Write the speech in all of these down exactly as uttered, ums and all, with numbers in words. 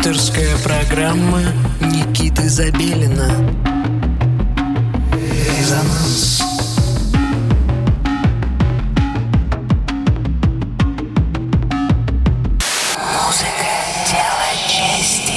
Авторская программа Никиты Забелина. Резонанс. Музыка — дело чести.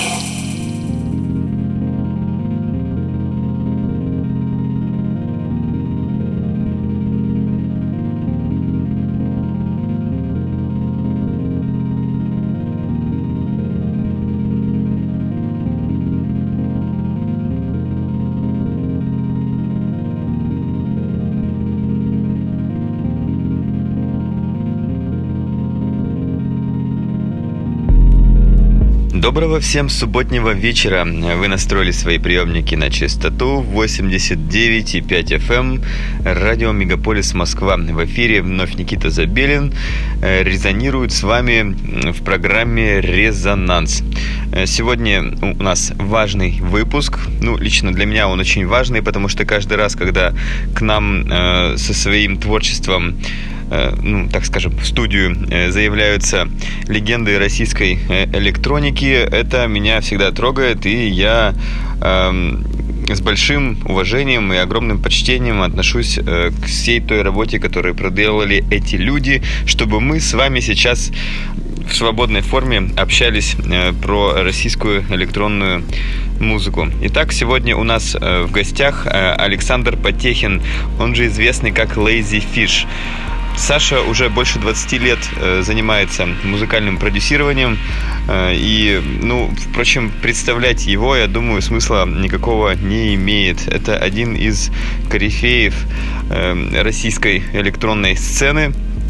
Доброго всем субботнего вечера. Вы настроили свои приемники на частоту восемьдесят девять и пять эф эм. Радио Мегаполис Москва. В эфире вновь Никита Забелин резонирует с вами в программе «Резонанс». Сегодня у нас важный выпуск. Ну, лично для меня он очень важный, потому что каждый раз, когда к нам э, со своим творчеством, ну, так скажем, в студию заявляются легенды российской электроники, это меня всегда трогает, и я э, с большим уважением и огромным почтением отношусь э, к всей той работе, которую проделали эти люди, чтобы мы с вами сейчас в свободной форме общались э, про российскую электронную музыку. Итак, сегодня у нас э, в гостях э, Александр Потехин, он же известный как Lazy Fish. Саша уже больше двадцати лет э, занимается музыкальным продюсированием, э, и, ну, впрочем, представлять его, я думаю, смысла никакого не имеет. Это один из корифеев э, российской электронной сцены,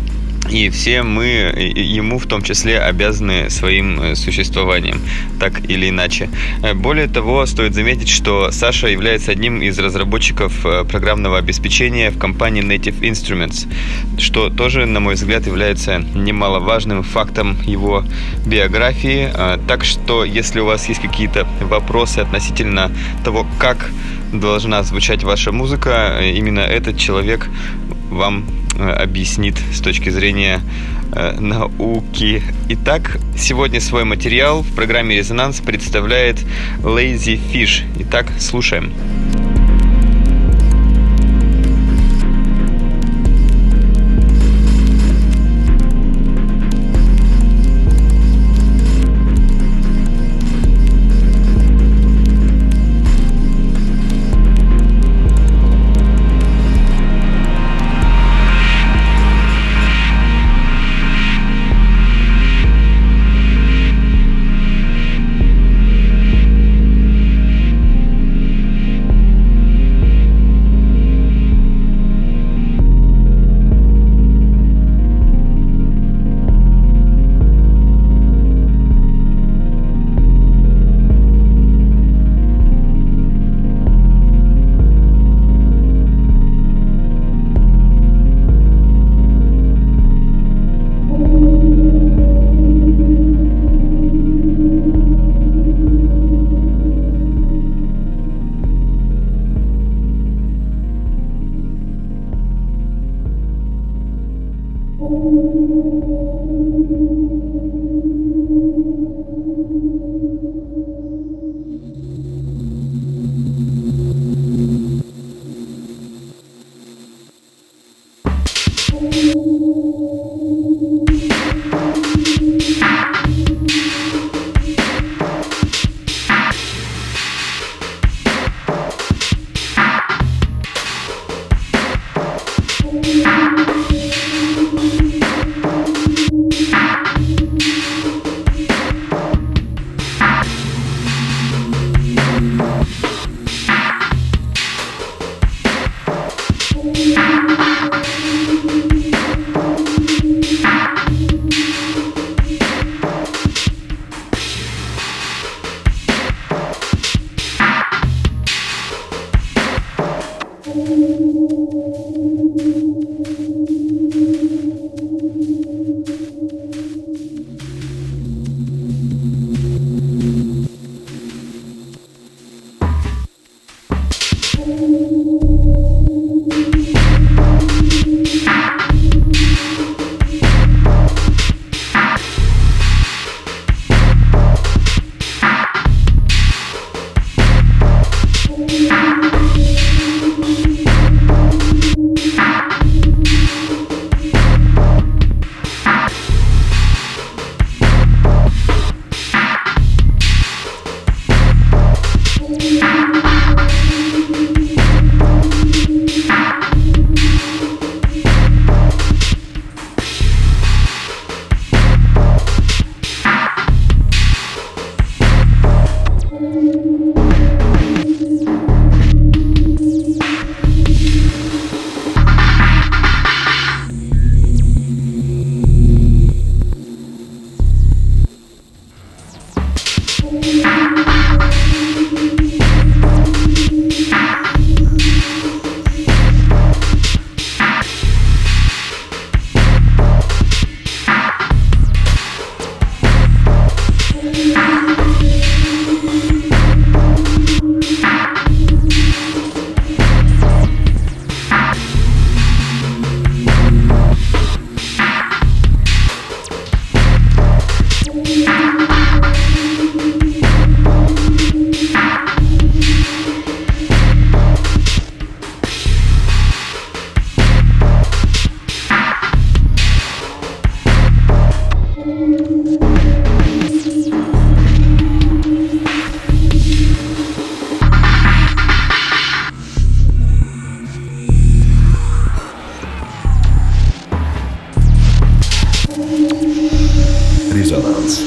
и все мы ему в том числе обязаны своим существованием, так или иначе. Более того, стоит заметить, что Саша является одним из разработчиков программного обеспечения в компании Native Instruments, что тоже, на мой взгляд, является немаловажным фактом его биографии. Так что, если у вас есть какие-то вопросы относительно того, как должна звучать ваша музыка, именно этот человек вам объяснит с точки зрения э, науки. Итак, сегодня свой материал в программе «Резонанс» представляет Lazy Fish. Итак, слушаем. Резонанс.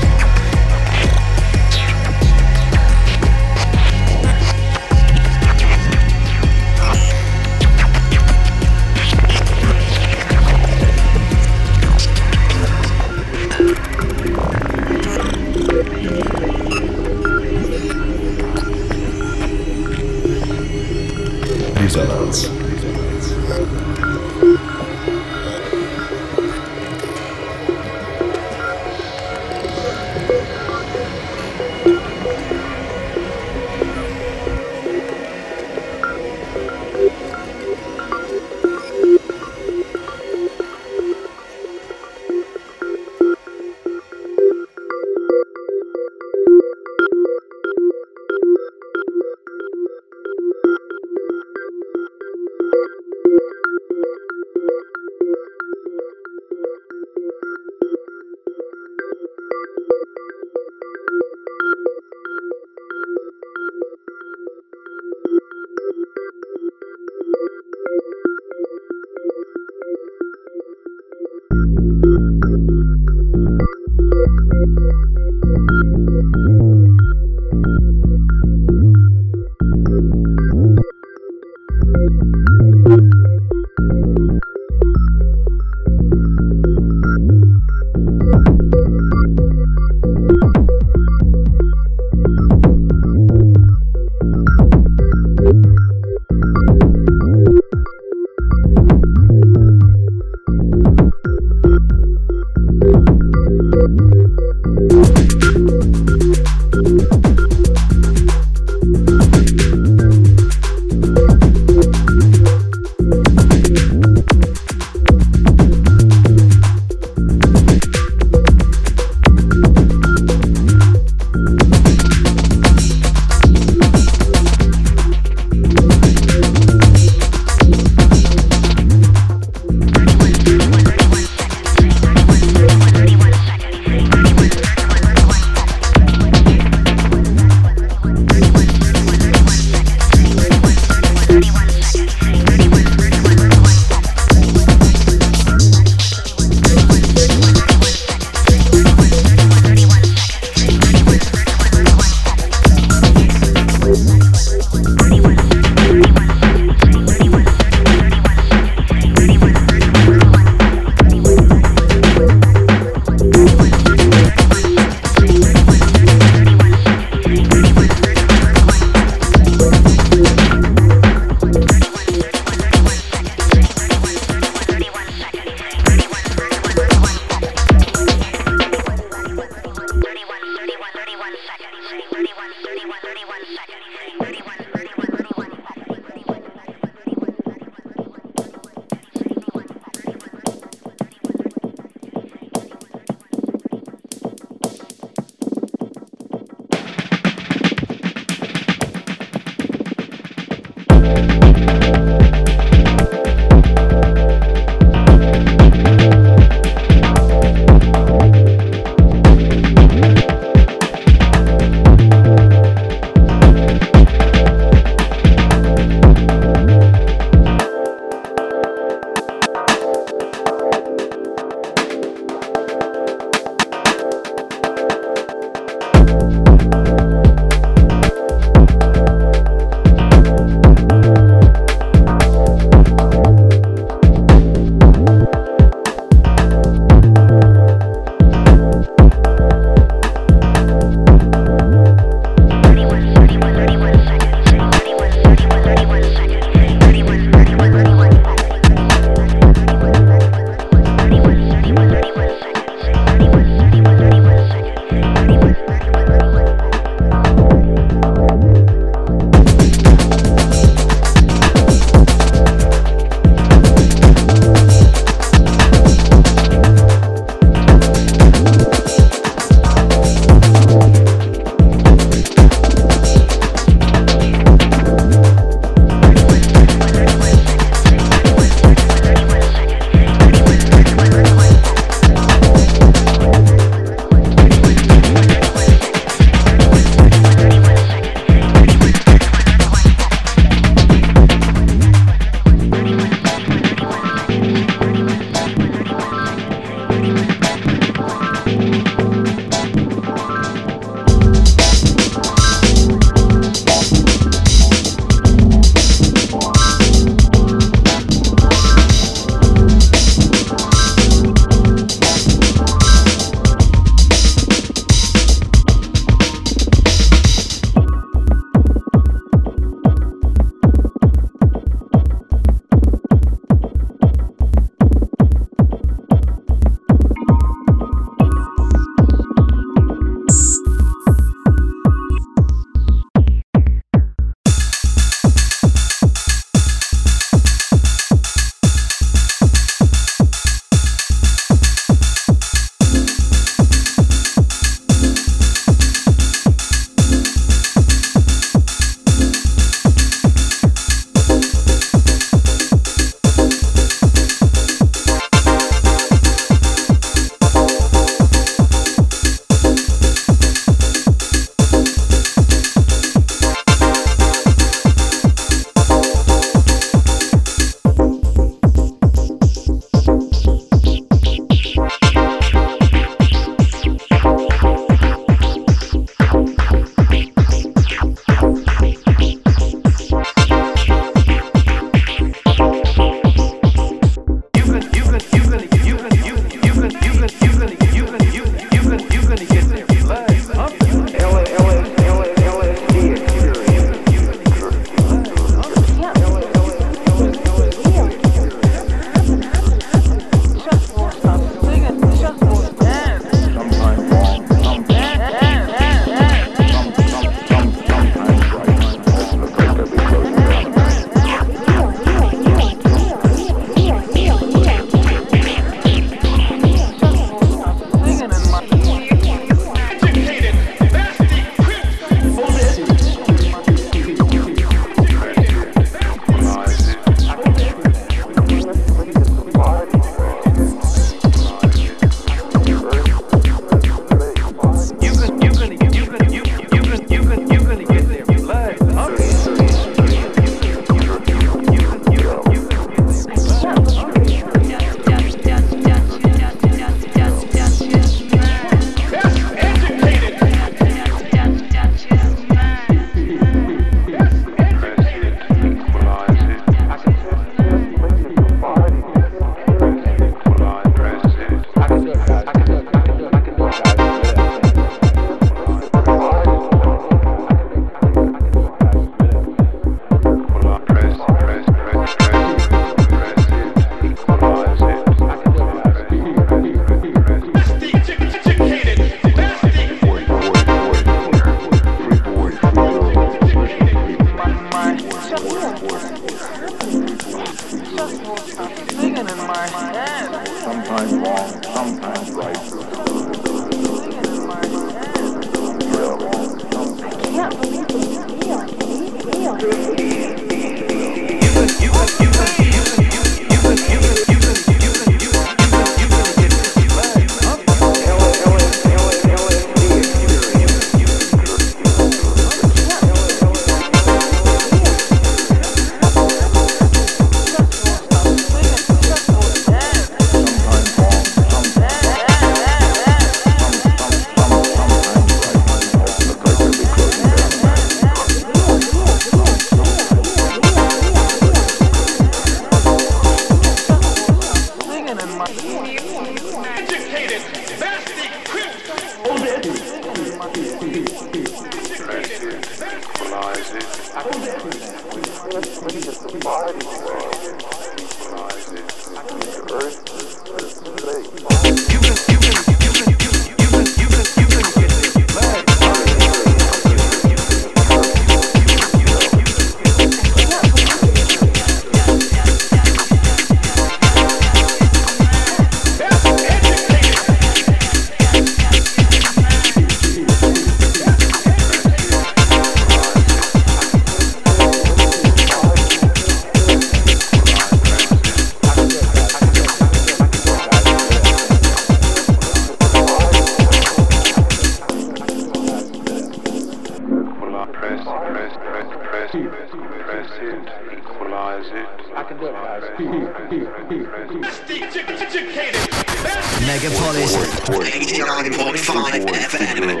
Megapolis eighty-nine point five F M.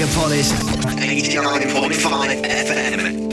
Megapolis. eighty-nine point five F M.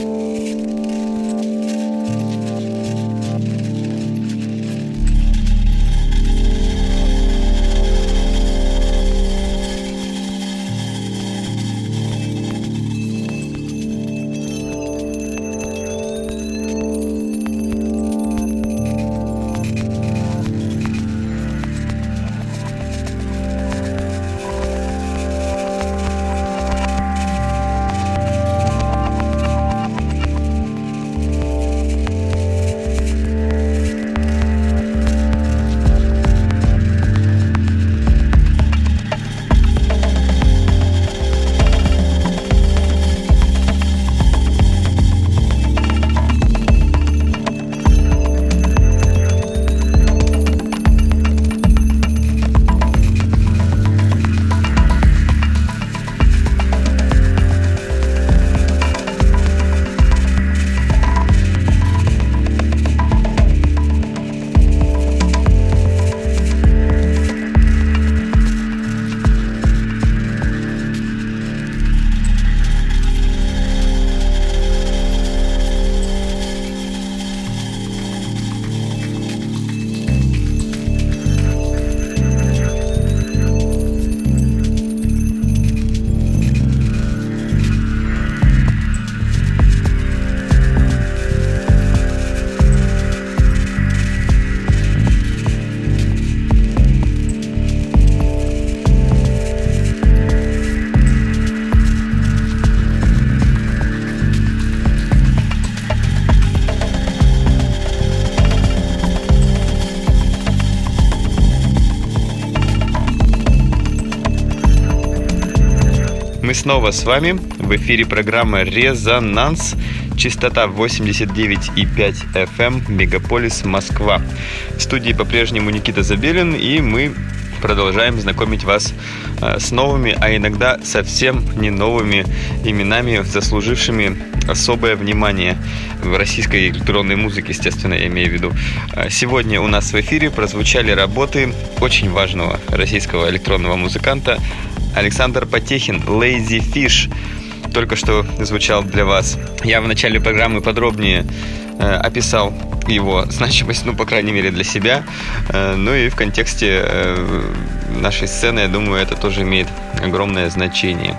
Мы снова с вами. В эфире программа «Резонанс». Частота восемьдесят девять и пять эф эм, Мегаполис, Москва. В студии по-прежнему Никита Забелин, и мы продолжаем знакомить вас с новыми, а иногда совсем не новыми именами, заслужившими особое внимание в российской электронной музыке, естественно, я имею в виду. Сегодня у нас в эфире прозвучали работы очень важного российского электронного музыканта Александр Потехин, Lazy Fish. Только что звучал для вас. Я в начале программы подробнее э, описал его значимость, ну, по крайней мере, для себя. Э, ну и в контексте э, нашей сцены, я думаю, это тоже имеет огромное значение.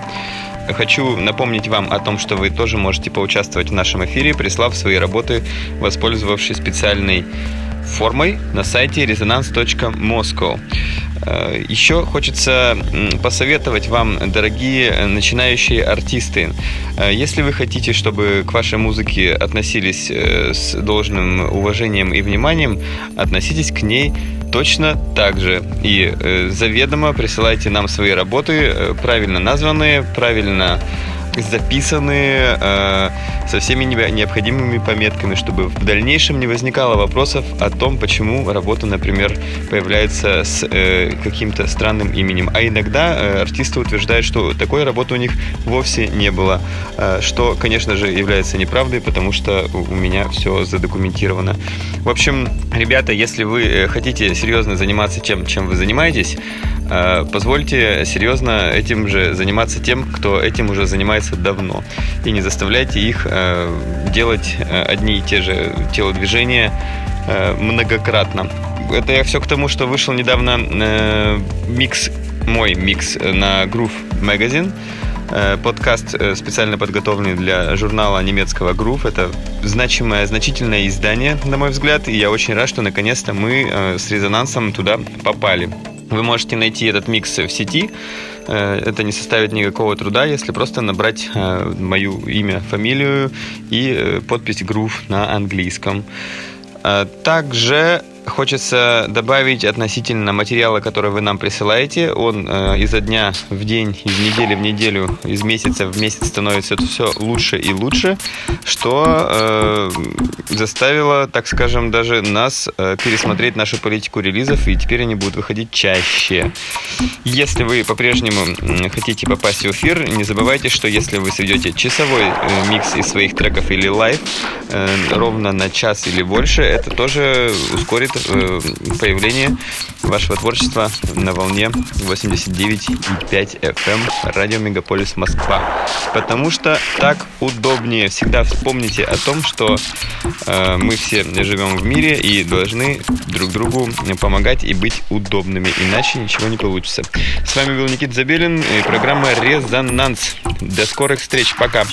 Хочу напомнить вам о том, что вы тоже можете поучаствовать в нашем эфире, прислав свои работы, воспользовавшись специальной формой на сайте резонанс точка москва. Еще хочется посоветовать вам, дорогие начинающие артисты, если вы хотите, чтобы к вашей музыке относились с должным уважением и вниманием, относитесь к ней точно так же. И заведомо присылайте нам свои работы, правильно названные, правильно записанные, э, со всеми необходимыми пометками, чтобы в дальнейшем не возникало вопросов о том, почему работа, например, появляется с э, каким-то странным именем. А иногда э, артисты утверждают, что такой работы у них вовсе не было, э, что, конечно же, является неправдой, потому что у меня все задокументировано. В общем, ребята, если вы хотите серьезно заниматься тем, чем вы занимаетесь, э, позвольте серьезно этим же заниматься тем, кто этим уже занимается давно, и не заставляйте их э, делать э, одни и те же телодвижения э, многократно. Это я все к тому, что вышел недавно э, микс, мой микс на Groove Magazine, э, подкаст, э, специально подготовленный для журнала немецкого Groove. Это значимое, значительное издание, на мой взгляд, и я очень рад, что наконец-то мы э, с резонансом туда попали. Вы можете найти этот микс в сети. Это не составит никакого труда, если просто набрать мое имя, фамилию и подпись Groove на английском. Также хочется добавить относительно материала, который вы нам присылаете. Он э, изо дня в день, из недели в неделю, из месяца в месяц становится это все лучше и лучше, что э, заставило, так скажем, даже нас э, пересмотреть нашу политику релизов, и теперь они будут выходить чаще. Если вы по-прежнему хотите попасть в эфир, не забывайте, что если вы сведете часовой э, микс из своих треков или лайв, э, ровно на час или больше. Это тоже ускорит э, появление вашего творчества на волне восемьдесят девять и пять эф эм радио Мегаполис Москва. Потому что так удобнее. Всегда вспомните о том, что э, мы все живем в мире и должны друг другу помогать и быть удобными. Иначе ничего не получится. С вами был Никита Забелин и программа «Резонанс». До скорых встреч. Пока.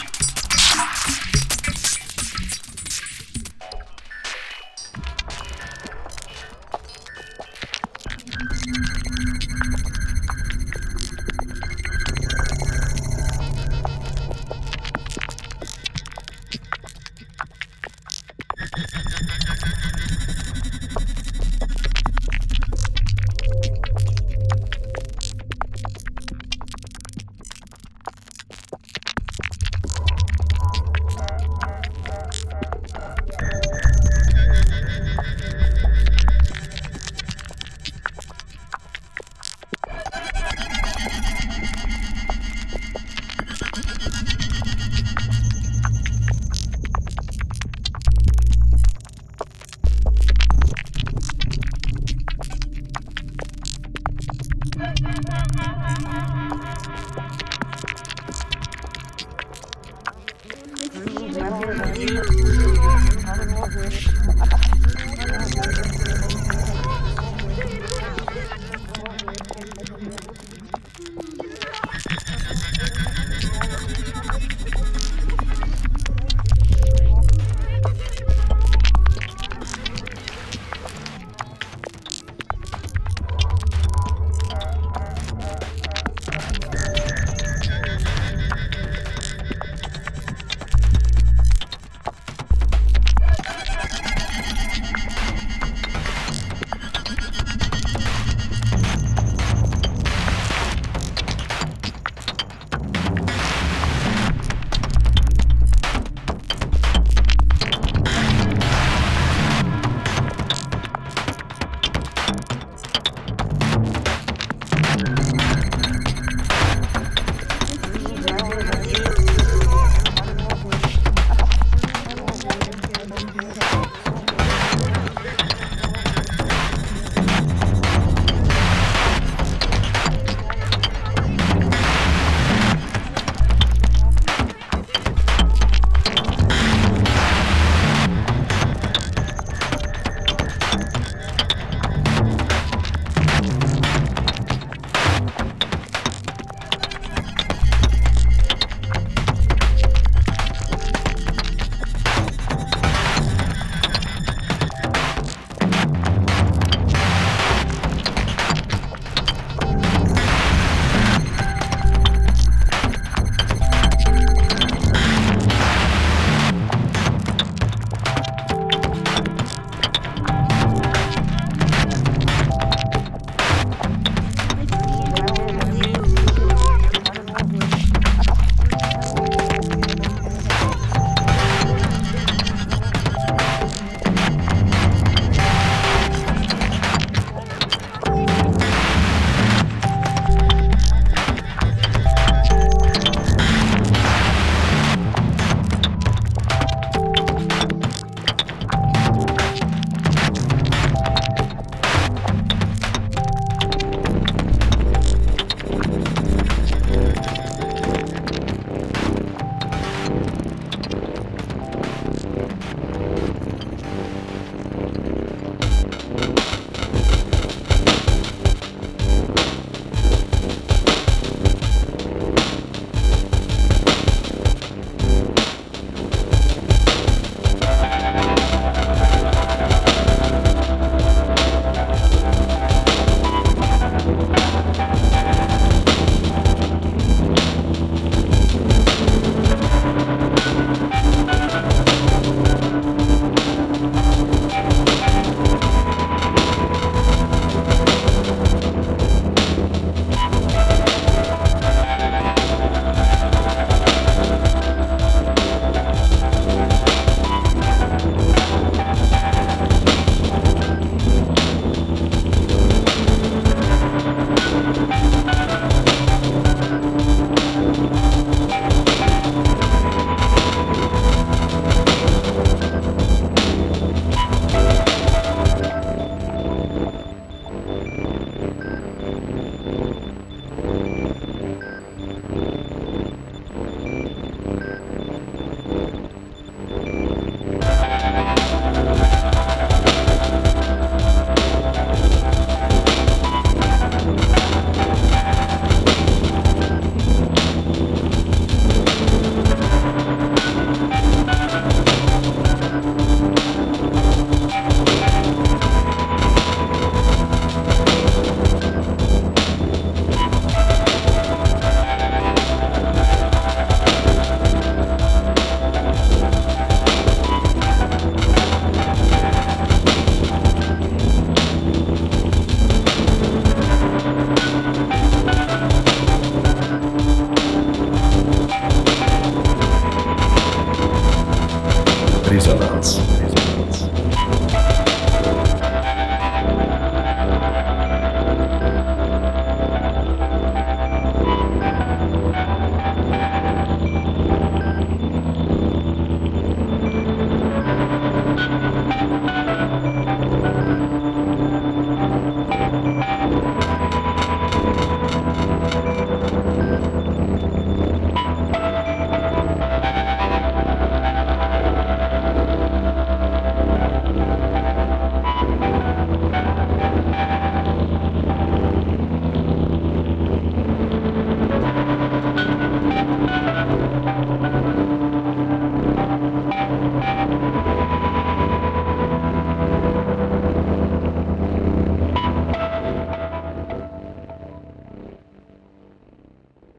Dance.